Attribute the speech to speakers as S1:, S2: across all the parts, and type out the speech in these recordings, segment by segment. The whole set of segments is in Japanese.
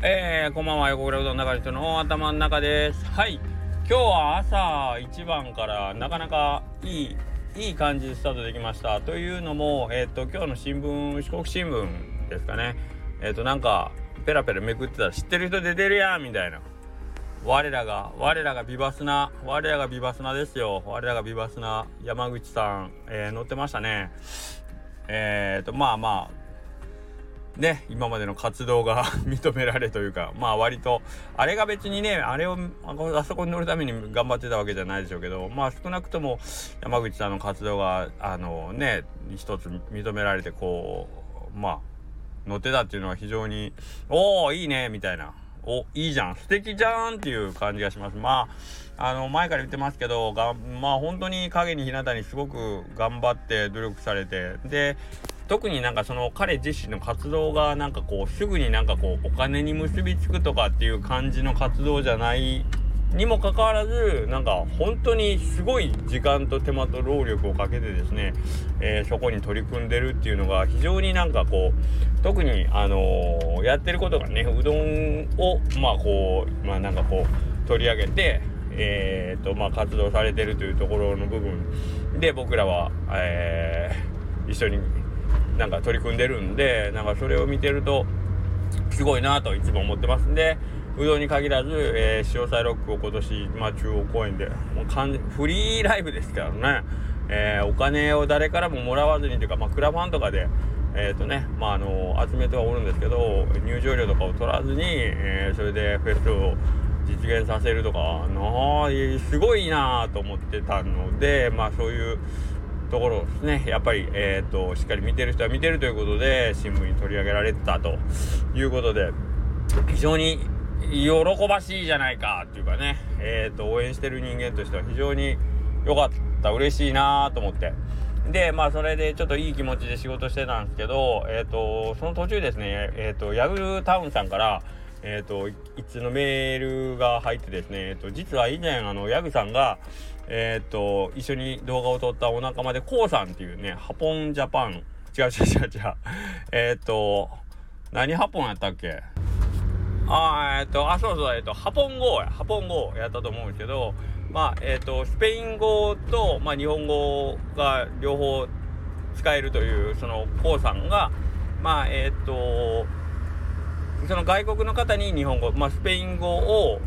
S1: こんばんは。横倉うどん中の人の頭の中です。はい、今日は朝一番からなかなかいい感じでスタートできました。というのも、今日の新聞、四国新聞ですかね。なんかペラペラめくってたら、知ってる人出てるやんみたいな。我らがビバスナですよ。我らがビバスナ山口さん、載ってましたね。ね、今までの活動が認められというか、割とあれが別にね、あそこに乗るために頑張ってたわけじゃないでしょうけど、少なくとも山口さんの活動が一つ認められて乗ってたっていうのは非常にいいねみたいな、いいじゃん、素敵じゃんっていう感じがします。前から言ってますけど、本当に影に日向にすごく頑張って努力されて、で特にその彼自身の活動がすぐにお金に結びつくとかっていう感じの活動じゃないにもかかわらず、本当にすごい時間と手間と労力をかけてですね、そこに取り組んでるっていうのが非常に特にやってることがね、うどんを取り上げて活動されてるというところの部分で、僕らは、一緒に取り組んでるんで、それを見てるとすごいなといつも思ってますんで、うどんに限らず、潮騒ロックを今年、中央公園でもうフリーライブですからね、お金を誰からももらわずにというか、クラファンとかで集めてはおるんですけど、入場料とかを取らずに、それでフェスを実現させるとかすごいなと思ってたので、そういうところですね、やっぱり、しっかり見てる人は見てるということで新聞に取り上げられてたということで、非常に喜ばしいじゃないかっていうかね、応援してる人間としては非常に良かった、嬉しいなと思って、でそれでちょっといい気持ちで仕事してたんですけど、その途中ですね、ヤグタウンさんから一通のメールが入ってですね、実は以前ヤグさんが一緒に動画を撮ったお仲間でコウさんっていうね、ハポンジャパン違う何ハポンやったっけ、ハポン語やったと思うんですけど、スペイン語と、日本語が両方使えるというそのコウさんがその外国の方に日本語、スペイン語を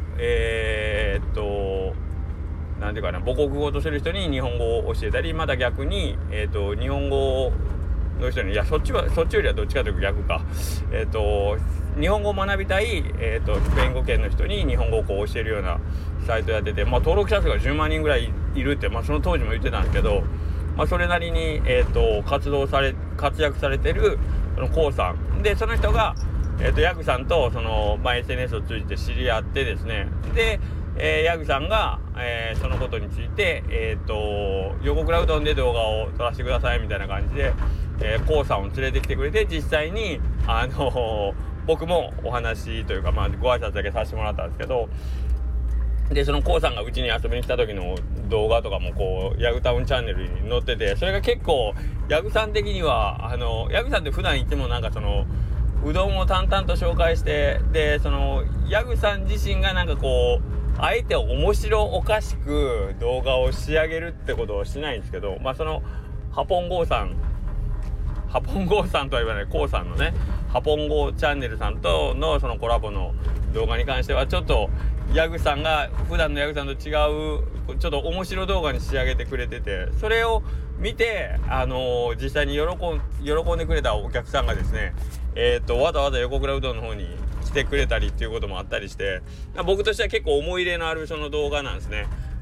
S1: なんていうかな、母国語とする人に日本語を教えたり、また逆に日本語の人に、そっちよりはどっちかというと逆か、日本語を学びたいスペイン語圏の人に日本語を教えるようなサイトやってて、登録者数が10万人ぐらいいるって、その当時も言ってたんですけど、それなりに活躍されてるそのコウさんで、その人がヤグさんとSNS を通じて知り合ってですね、でヤグさんが、そのことについて横倉うどんで動画を撮らせてくださいみたいな感じでコウさんを連れてきてくれて、実際に僕もお話というかご挨拶だけさせてもらったんですけど、でそのコウさんがうちに遊びに来た時の動画とかもヤグタウンチャンネルに載ってて、それが結構ヤグさん的にはヤグさんって普段いつもうどんを淡々と紹介して、でそのヤグさん自身があえて面白おかしく動画を仕上げるってことをしないんですけど、そのハポンゴーさんとは言わないコウさんのね、ハポンゴーチャンネルさんとのそのコラボの動画に関しては、ちょっとヤグさんが普段のヤグさんと違うちょっと面白動画に仕上げてくれてて、それを見て実際に喜んでくれたお客さんがですね、わざわざ横倉うどんの方に来てくれたりっていうこともあったりして、僕としては結構思い入れのあるその動画なんですね。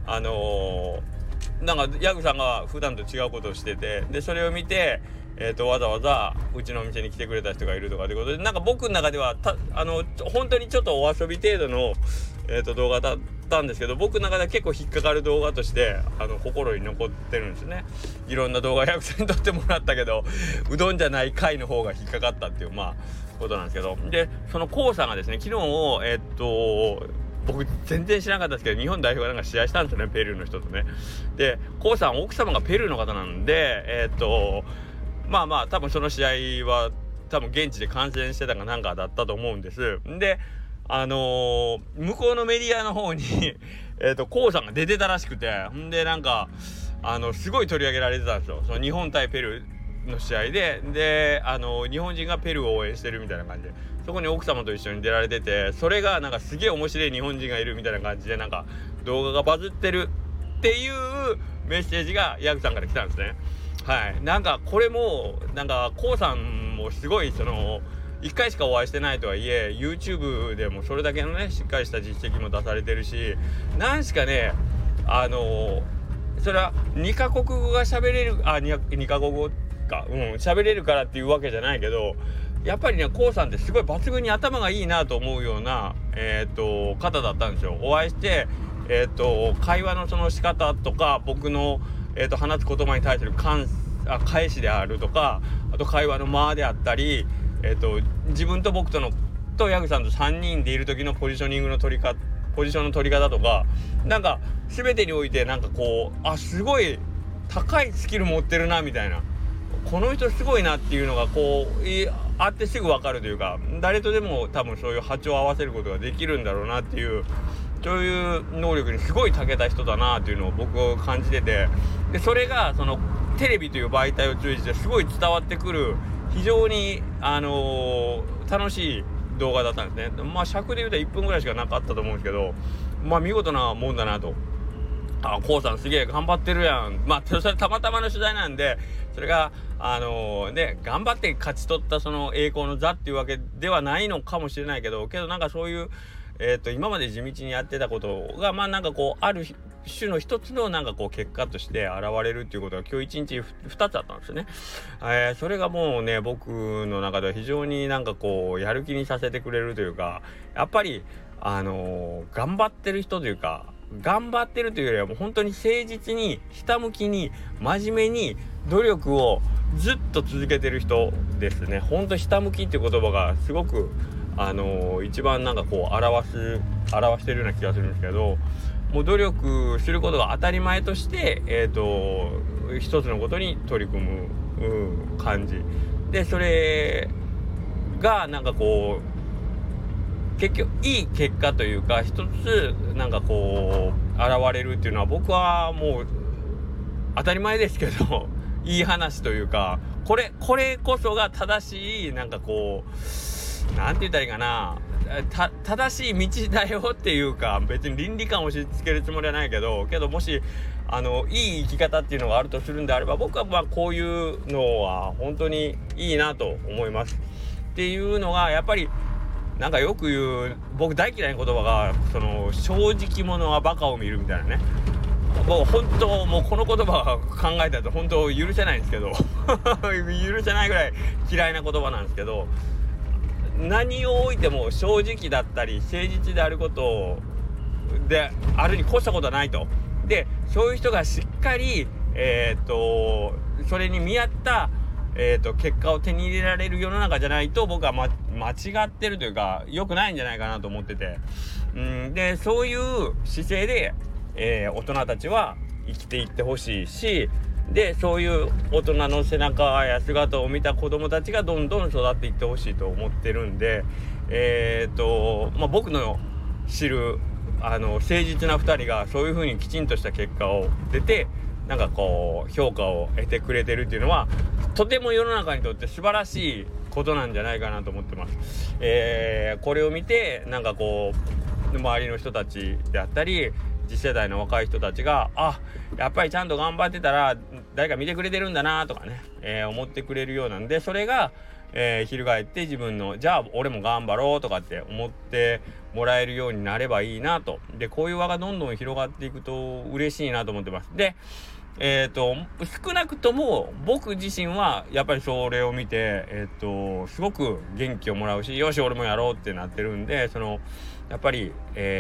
S1: ヤグさんが普段と違うことをしてて、でそれを見てわざわざうちのお店に来てくれた人がいるとかということで、僕の中では本当にちょっとお遊び程度の、動画だったんですけど、僕の中では結構引っかかる動画として心に残ってるんですね。いろんな動画100選撮ってもらったけど、うどんじゃない回の方が引っかかったっていうことなんですけど、でそのコウさんがですね、昨日僕全然知らなかったですけど、日本代表が試合したんですよね、ペルーの人とね。でコウさん奥様がペルーの方なんで多分その試合は多分現地で観戦してたかなんかだったと思うんです。で向こうのメディアの方にコウさんが出てたらしくて、んでなんかすごい取り上げられてたんですよ。その日本対ペルーの試合で日本人がペルーを応援してるみたいな感じで、そこに奥様と一緒に出られてて、それがなんかすげえ面白い日本人がいるみたいな感じでなんか動画がバズってるっていうメッセージがヤグさんから来たんですね。はい、なんかこれもなんかコウさんもすごい1回しかお会いしてないとはいえ YouTube でもそれだけのねしっかりした実績も出されてるし、なんしかねそれは2カ国語が喋れる2カ国語か喋れるからっていうわけじゃないけど、やっぱりねコウさんってすごい抜群に頭がいいなと思うような方だったんですよ。お会いして会話のその仕方とか僕の話す言葉に対する返しであるとか、あと会話の間であったり、自分と僕とヤグさんと3人でいる時のポジションの取り方とか、なんか全てにおいてなんかこうすごい高いスキル持ってるなみたいな、この人すごいなっていうのがこうあってすぐ分かるというか、誰とでも多分そういう波長を合わせることができるんだろうなっていう、そういう能力にすごい長けた人だなっていうのを僕は感じてて、でそれがそのテレビという媒体を通じてすごい伝わってくる非常に楽しい動画だったんですね。尺で言うと1分ぐらいしかなかったと思うんですけど、見事なもんだなと。コウさんすげえ頑張ってるやん。それたまたまの取材なんで、それが頑張って勝ち取ったその栄光の座っていうわけではないのかもしれないけどなんかそういう今まで地道にやってたことがなんかこうある種の一つのなんかこう結果として現れるっていうことが今日1日2つあったんですよね。それがもうね僕の中では非常になんかこうやる気にさせてくれるというか、やっぱり頑張ってる人というか、頑張ってるというよりはもう本当に誠実にひたむきに真面目に努力をずっと続けてる人ですね。本当ひたむきっていう言葉がすごく一番なんかこう表してるような気がするんですけど、もう努力することが当たり前として一つのことに取り組む感じで、それがなんかこう結局いい結果というか一つなんかこう現れるっていうのは、僕はもう当たり前ですけどいい話というか、これこそが正しいなんかこうなんて言ったらいいかな、正しい道だよっていうか、別に倫理観を押し付けるつもりはないけどもしいい生き方っていうのがあるとするんであれば、僕はこういうのは本当にいいなと思いますっていうのが、やっぱりなんかよく言う僕大嫌いな言葉が正直者はバカを見るみたいなね。もう本当もうこの言葉考えたら本当許せないんですけど許せないぐらい嫌いな言葉なんですけど、何を置いても正直だったり誠実であることであるに越したことはないと。でそういう人がしっかりそれに見合った結果を手に入れられる世の中じゃないと、僕は間違ってるというか良くないんじゃないかなと思ってて、でそういう姿勢で、大人たちは生きていってほしいし、でそういう大人の背中や姿を見た子供たちがどんどん育っていってほしいと思ってるんで、僕の知る誠実な2人がそういう風にきちんとした結果を出てなんかこう評価を得てくれてるっていうのは、とても世の中にとって素晴らしいことなんじゃないかなと思ってます。これを見てなんかこう周りの人たちであったり次世代の若い人たちがやっぱりちゃんと頑張ってたら誰か見てくれてるんだなとかね、思ってくれるようなんで、それが、翻って自分のじゃあ俺も頑張ろうとかって思ってもらえるようになればいいなと。でこういう輪がどんどん広がっていくと嬉しいなと思ってます。で少なくとも僕自身はやっぱりそれを見てすごく元気をもらうし、よし俺もやろうってなってるんで、やっぱり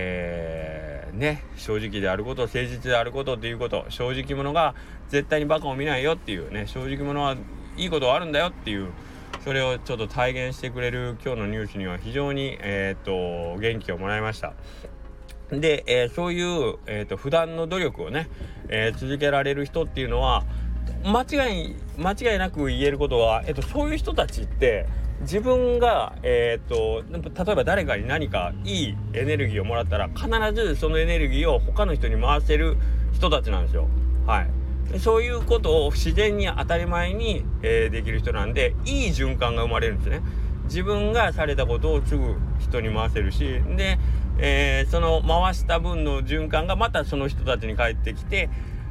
S1: 正直であること、誠実であることっていうこと、正直者が絶対にバカを見ないよっていうね、正直者はいいことがあるんだよっていう、それをちょっと体現してくれる今日のニュースには非常に元気をもらいました。で、そういう、普段の努力をね、続けられる人っていうのは間違いなく言えることは、そういう人たちって自分が、例えば誰かに何かいいエネルギーをもらったら必ずそのエネルギーを他の人に回せる人たちなんですよ。はい。そういうことを自然に当たり前に、できる人なんで、いい循環が生まれるんですね。自分がされたことをすぐ人に回せるし、で、その回した分の循環がまたその人たちに返ってきて、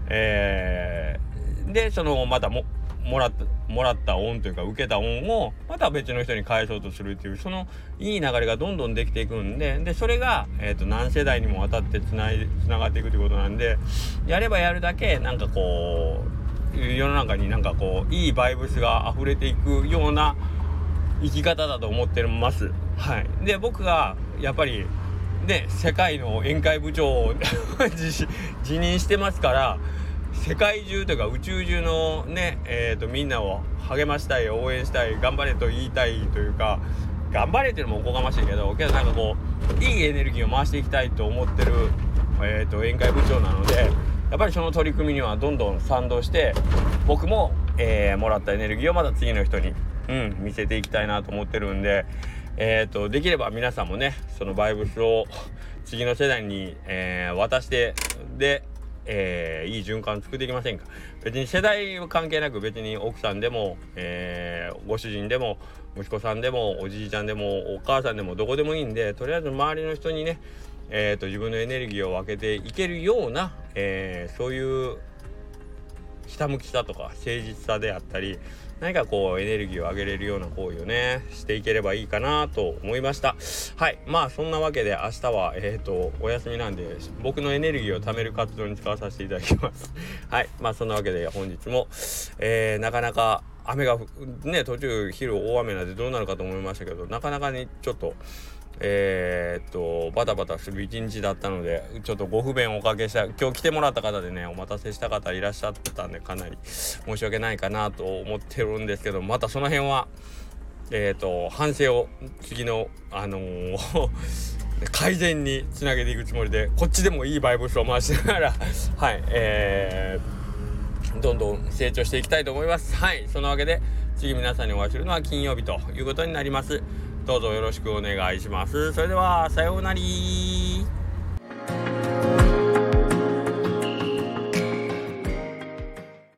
S1: でそのまたもらった恩というか受けた恩をまた別の人に返そうとするっていう、そのいい流れがどんどんできていくんで、それが、何世代にもわたってつながっていくということなんで、やればやるだけなんかこう世の中になんかこういいバイブスが溢れていくような生き方だと思ってます。はい。で僕がやっぱりね世界の宴会部長を辞任してますから、世界中というか宇宙中のね、みんなを励ましたい、応援したい、頑張れと言いたいというか、頑張れっていうのもおこがましいけどなんかこういいエネルギーを回していきたいと思ってる、宴会部長なので、やっぱりその取り組みにはどんどん賛同して、僕も、もらったエネルギーをまた次の人に、見せていきたいなと思ってるんで、できれば皆さんもねそのバイブスを次の世代に、渡してでいい循環作っていきませんか。別に世代は関係なく、別に奥さんでも、ご主人でも息子さんでもおじいちゃんでもお母さんでもどこでもいいんで、とりあえず周りの人にね、自分のエネルギーを分けていけるような、そういうひたむきさとか誠実さであったり、何かこうエネルギーを上げれるような行為をねしていければいいかなと思いました。はい。まあそんなわけで明日はお休みなんで、僕のエネルギーを貯める活動に使わさせていただきますはい。まあそんなわけで本日も、なかなか雨がね途中昼大雨なんでどうなるかと思いましたけど、なかなかにちょっとバタバタする一日だったので、ちょっとご不便をおかけした、今日来てもらった方でねお待たせした方いらっしゃったんで、かなり申し訳ないかなと思ってるんですけど、またその辺は反省を次の改善につなげていくつもりで、こっちでもいいバイブスを回しながらはいどんどん成長していきたいと思います。はい。そのわけで次皆さんにお会いするのは金曜日ということになります。どうぞよろしくお願いします。それではさようなら。